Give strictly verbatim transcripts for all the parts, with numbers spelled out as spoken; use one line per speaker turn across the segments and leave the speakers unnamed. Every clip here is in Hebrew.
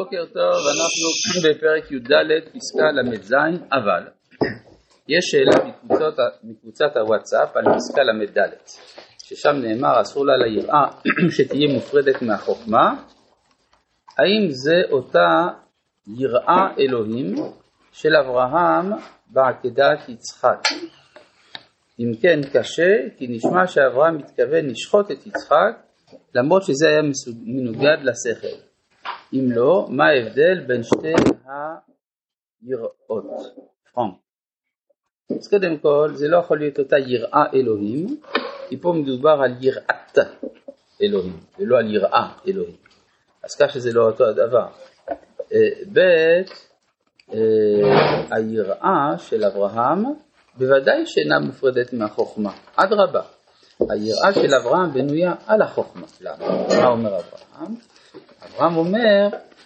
בוקר טוב, אנחנו בפרק י"ד פסקה למ"ז, אבל יש שאלה מקבוצות, מקבוצת הוואטסאפ על פסקה למ"ד, ששם נאמר אסור לה ליראה שתהיה מופרדת מהחוכמה. האם זה אותה יראה אלוהים של אברהם בעקדת יצחק? אם כן קשה, כי נשמע שאברהם מתכוון לשחוט את יצחק, למרות שזה היה מנוגד לשכל. אם לא, מה ההבדל בין שתי היראות? פרנק. אז קודם כל, זה לא יכול להיות אותה יראה אלוהים, כי פה מדובר על יראת אלוהים, ולא על יראה אלוהים. אז כך שזה לא אותו הדבר. בית, היראה של אברהם, בוודאי שאינה מופרדת מהחוכמה. עד רבה. היראה של אברהם בנויה על החוכמה. למה? מה אומר אברהם? אברהם אומר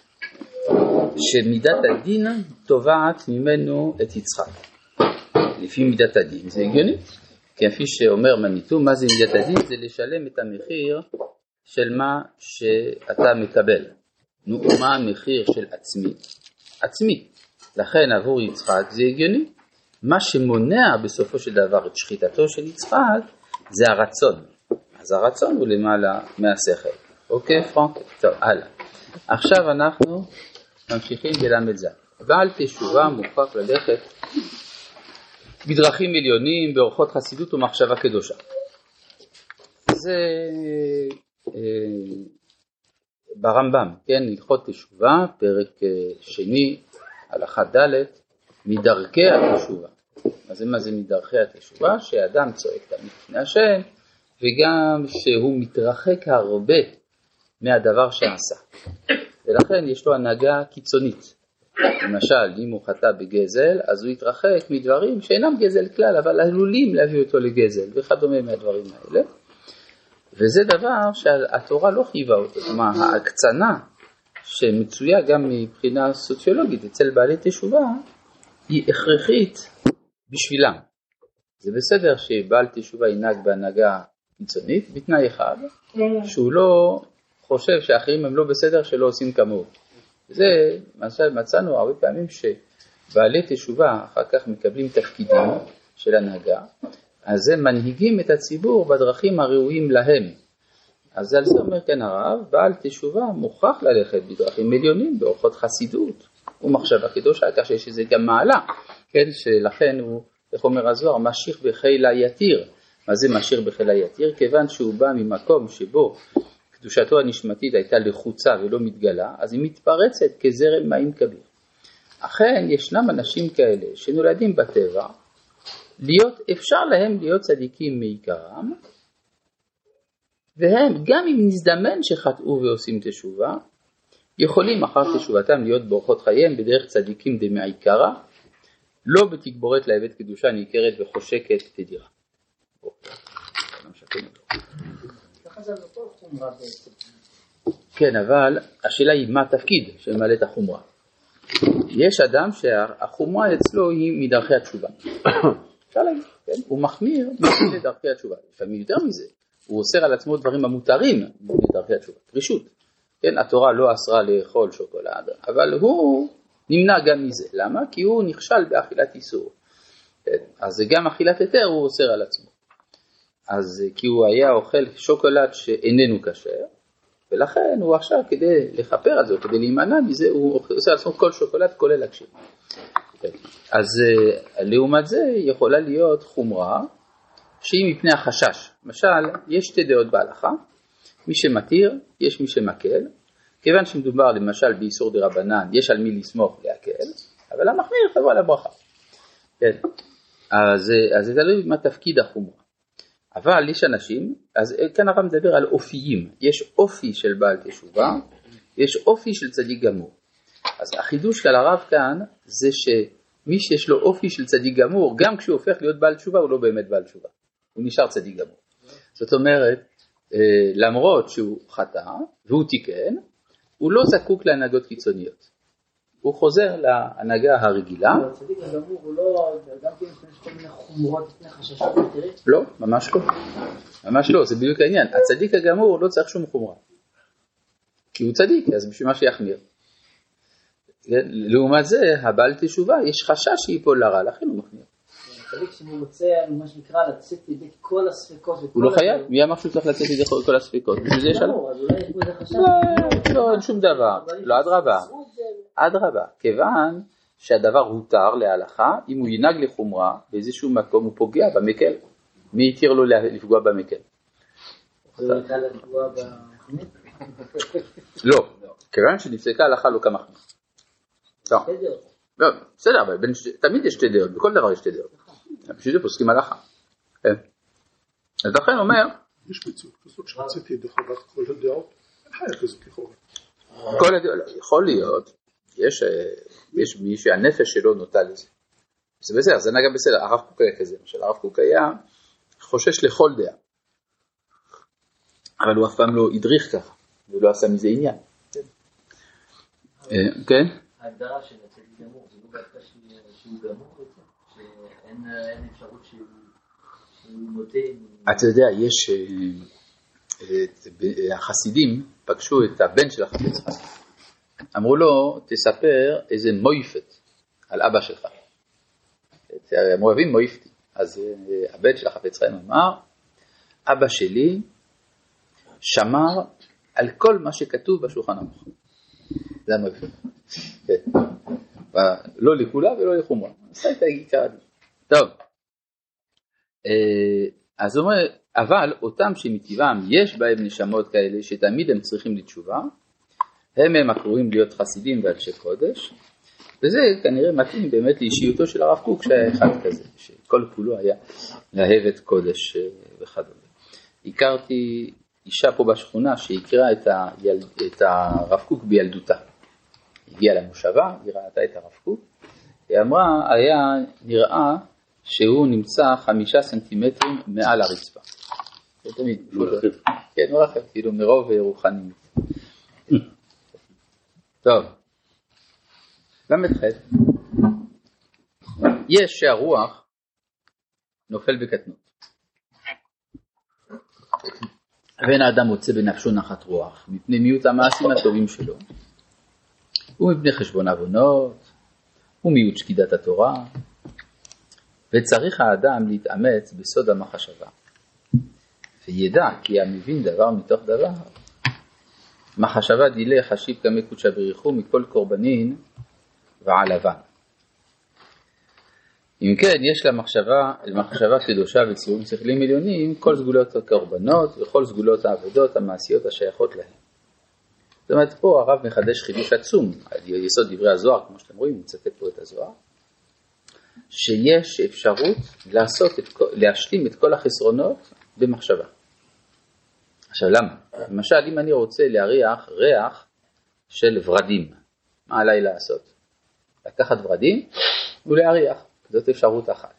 שמידת הדין תובעת ממנו את יצחק. לפי מידת הדין זה הגיוני. כפי שאומר מניטו, מה זה מידת הדין? זה לשלם את המחיר של מה שאתה מקבל. נו, מה המחיר של עצמי? עצמי. לכן עבור יצחק זה הגיוני. מה שמונע בסופו של דבר את שחיטתו של יצחק זה הרצון. אז הרצון הוא למעלה מהשכל. אוקיי, פרנק? טוב, הלאה. עכשיו אנחנו ממשיכים בלמ"ד. בעל תשובה מוכרח ללכת בדרכים מיליונים, באורחות חסידות ומחשבה קדושה. זה אה, ברמב"ם, כן, הלכות תשובה, פרק אה, שני, הלכה ד', מדרכי התשובה. אז מה זה מדרכי התשובה? שאדם צועק תמיד לפני השם, וגם שהוא מתרחק הרבה מהדבר שעשה. ולכן יש לו הנהגה קיצונית. למשל, אם הוא חטא בגזל, אז הוא יתרחק מדברים שאינם גזל כלל, אבל עלולים להביא אותו לגזל, וכדומה מהדברים האלה. וזה דבר שהתורה לא חייבה אותו. כלומר, ההקצנה שמצויה גם מבחינה סוציולוגית אצל בעלי תשובה, היא הכרחית בשבילם. זה בסדר שבעל תשובה ינהג בהנהגה קיצונית, בתנאי אחד, שהוא לא חושב שאחרים הם לא בסדר שלא עושים כמוהו. זה, מצאנו הרבה פעמים שבעלי תשובה אחר כך מקבלים תפקידים של הנהגה, אז הם מנהיגים את הציבור בדרכים הראויים להם. אז על זה אומר כאן הרב, בעל תשובה מוכרח ללכת בדרכים מיליונים, באורחות חסידות ומחשבה קדושה, כך שיש איזה גם מעלה, כן, שלכן הוא, איך אומר הזוהר, משיך בחיל היתיר. מה זה משיך בחיל היתיר? כיוון שהוא בא ממקום שבו קדושתו הנשמתית הייתה לחוצה ולא מתגלה, אז היא מתפרצת כזרם מים כביר. אכן ישנם אנשים כאלה שנולדים בטבע, להיות, אפשר להם להיות צדיקים מעיקרם, והם גם אם נזדמן שחטאו ועושים תשובה, יכולים אחר תשובתם להיות באורחות חייהם בדרך צדיקים דמעיקרא, לא בתגבורת לעבד קדושה ניכרת וחושקת תדירה. כן, אבל השאלה היא מה התפקיד שממלא את החומרה. יש אדם שהחומרה אצלו היא מדרכי התשובה. אפשר להגיד, כן? הוא מחמיר מדרכי התשובה. לפעמים יותר מזה, הוא אוסר על עצמו דברים המותרים מדרכי התשובה. פרישות. כן, התורה לא אסרה לאכול שוקולד, אבל הוא נמנע גם מזה. למה? כי הוא נכשל באכילת איסור. כן? אז גם אכילת היתר הוא אוסר על עצמו. אז כי הוא היה אוכל שוקולד שאיננו כשר, ולכן הוא עכשיו כדי לחפר על זה, כדי להימנע מזה, הוא עושה על עצמו כל שוקולד כולל הכשר. כן. אז לעומת זה יכולה להיות חומרה שהיא מפני החשש. למשל, יש שתי דעות בהלכה, מי שמתיר, יש מי שמקל, כיוון שמדובר למשל באיסור דרבנן, יש על מי לסמוך להקל, אבל המחמיר תבוא על הברכה. כן. אז, אז זה תלוי מה תפקיד החומרה. אבל יש אנשים, אז כאן הרב מדבר על אופיים, יש אופי של בעל תשובה, יש אופי של צדיק גמור. אז החידוש של הרב כאן זה שמי שיש לו אופי של צדיק גמור, גם כשהוא הופך להיות בעל תשובה הוא לא באמת בעל תשובה, הוא נשאר צדיק גמור. זאת אומרת, למרות שהוא חטא והוא תיקן, הוא לא זקוק להנהגות קיצוניות. הוא חוזר להנהגה הרגילה.
אבל הצדיק הגמור הוא לא, גם כן יש כל מיני חומרות לפני חששות ותראי?
לא, ממש לא. ממש לא, זה בדיוק העניין. הצדיק הגמור לא צריך שום חומרה. כי הוא צדיק, אז בשביל מה שיחמיר. לעומת זה, הבעל תשובה, יש חשש שיפול לרע, לכן הוא מחמיר.
תגיד שהוא רוצה, מה שנקרא, לצאת ידי כל הספקות.
הוא לא חייב, מי אמר שהוא צריך לצאת ידי כל הספקות? בשביל זה יש עליו?
לא, אז אולי יש בו איזה חשש.
לא, אין שום דבר, לא, אדרבה. אדרבה, כיוון שהדבר הותר להלכה, אם הוא ינהג לחומרה, באיזשהו מקום הוא פוגע במקל. מי יתיר לו לפגוע במקל?
זה לא יקרה לפגוע במחמיר?
לא, כיוון שנפסקה ההלכה לא כמחמיר. לא. לא, בסדר, אבל תמיד יש שתי דעות, בכל דבר יש שתי דעות. בשביל זה פוסקים הלכה. אז לכן אומר,
יש מציאות כזאת שרציתי ידי חוות כל הדעות, אין חיה כזאת לכאורה.
כל הדעות, יכול להיות, יש מי שהנפש שלו נוטה לזה. זה בסדר, זה נגע בסדר, הרב קוק היה כזה, למשל הרב קוק היה חושש לכל דעה. אבל הוא אף פעם לא הדריך ככה, הוא לא עשה מזה עניין. כן?
ההגדרה של הצדיק גמור, זה לא בעצה שהוא גמור, שאין אפשרות שהוא מוטה.
אתה יודע, יש, החסידים פגשו את הבן של החפץ חיים. אמרו לו, תספר איזה מויפת על אבא שלך. הם אוהבים מויפתי. אז הבן של החפץ חיים אמר, אבא שלי שמר על כל מה שכתוב בשולחן ערוך. זה המויפת. כן. לא לכולה ולא לחומרה. עשה את העיקר. טוב. אז הוא אומר, אבל אותם שמטבעם יש בהם נשמות כאלה שתמיד הם צריכים לתשובה, הם הם הקרואים להיות חסידים ואנשי קודש, וזה כנראה מתאים באמת לאישיותו של הרב קוק שהיה אחד כזה, שכל כולו היה להבת קודש וכדומה. הכרתי אישה פה בשכונה שהכירה את, היל... את הרב קוק בילדותה. הגיעה למושבה, היא ראתה את הרב קוק, היא אמרה, היה נראה שהוא נמצא חמישה סנטימטרים מעל הרצפה. זה תמיד. כן, מרחב, כאילו מרוב רוחניות. טוב. למד חד. יש שהרוח נופל בקטנות. ואין האדם מוצא בנפשו נחת רוח, מפני מיעוט המעשים הטובים שלו, ומפני חשבון עוונות, ומיעוט שקידת התורה, וצריך האדם להתאמץ בסוד המחשבה, וידע כי המבין דבר מתוך דבר, מחשבה דילה חשיב כמי קודשא בריחו מכל קורבנין ועלבן. אם כן, יש למחשבה, למחשבה קדושה וציורים שכלים עליונים, כל סגולות הקורבנות וכל סגולות העבודות המעשיות השייכות להם. זאת אומרת, פה הרב מחדש חידוש עצום על יסוד דברי הזוהר, כמו שאתם רואים, הוא מצטט פה את הזוהר, שיש אפשרות לעשות את, להשלים את כל החסרונות במחשבה. עכשיו למה? למשל, אם אני רוצה להריח ריח של ורדים, מה עליי לעשות? לקחת ורדים ולהריח, זאת אפשרות אחת.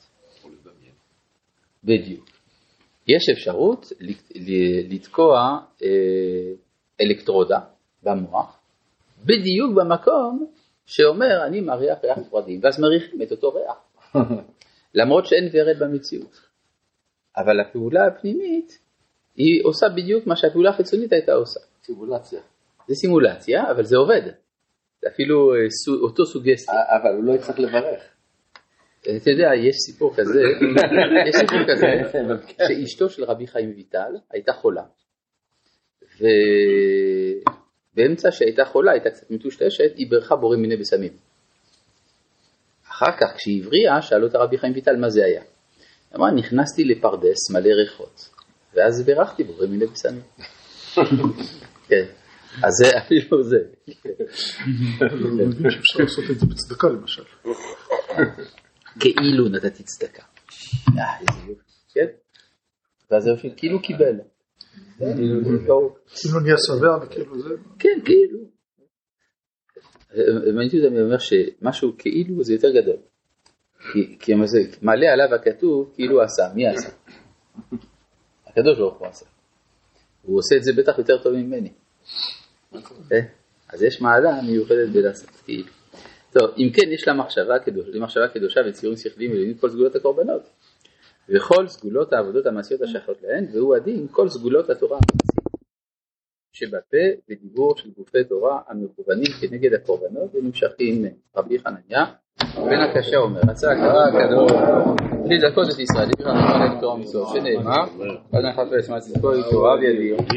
בדיוק. יש אפשרות לתקוע אלקטרודה במוח, בדיוק במקום שאומר אני מריח ריח ורדים, ואז מריחים את אותו ריח. למרות שאין ורד במציאות. אבל הפעולה הפנימית היא עושה בדיוק מה שהפעולה החיצונית הייתה עושה.
סימולציה.
זה סימולציה, אבל זה עובד. זה אפילו אותו סוגסטי.
אבל הוא לא יצטרך לברך.
אתה יודע, יש סיפור כזה, יש סיפור כזה, שאשתו של רבי חיים ויטל הייתה חולה. ובאמצע שהייתה חולה, הייתה קצת מטושטשת, היא ברכה בורא מיני בסמים. אחר כך, כשהיא הבריאה, שאלו את הרבי חיים ויטל מה זה היה. היא אמרה, נכנסתי לפרדס מלא ריחות, ואז ברכתי בורא מיני בסמים. כן, אז זה אפילו זה.
אני מבין שאפשר לעשות את זה בצדקה למשל.
כאילו נתתי צדקה. אה, איזה יופי. כן? ואז הוא כאילו קיבל.
כאילו נהיה שבע וכאילו זה.
כן, כאילו. מעניין אותי אומר שמשהו כאילו זה יותר גדול. כי מעלה עליו הכתוב כאילו עשה. מי עשה? הקדוש ברוך הוא עשה. הוא עושה את זה בטח יותר טוב ממני. אז יש מעלה מיוחדת בלעשות כאילו. טוב, אם כן, יש לה מחשבה קדושה, למחשבה קדושה וציורים שכליים עליונים כל סגולות הקורבנות, וכל סגולות העבודות המעשיות השייכות להן, והוא הדין כל סגולות התורה המעשית, שבפה ודיבור של גופי תורה המכוונים כנגד הקורבנות ונמשכים מהם. רבי חנניה בן הקשה אומר, רצה הקדוש לזכות את ישראל, לברכה להם תורה ומצוות, שנאמר, עד נחפש מה צדקו היא תורה וידיר.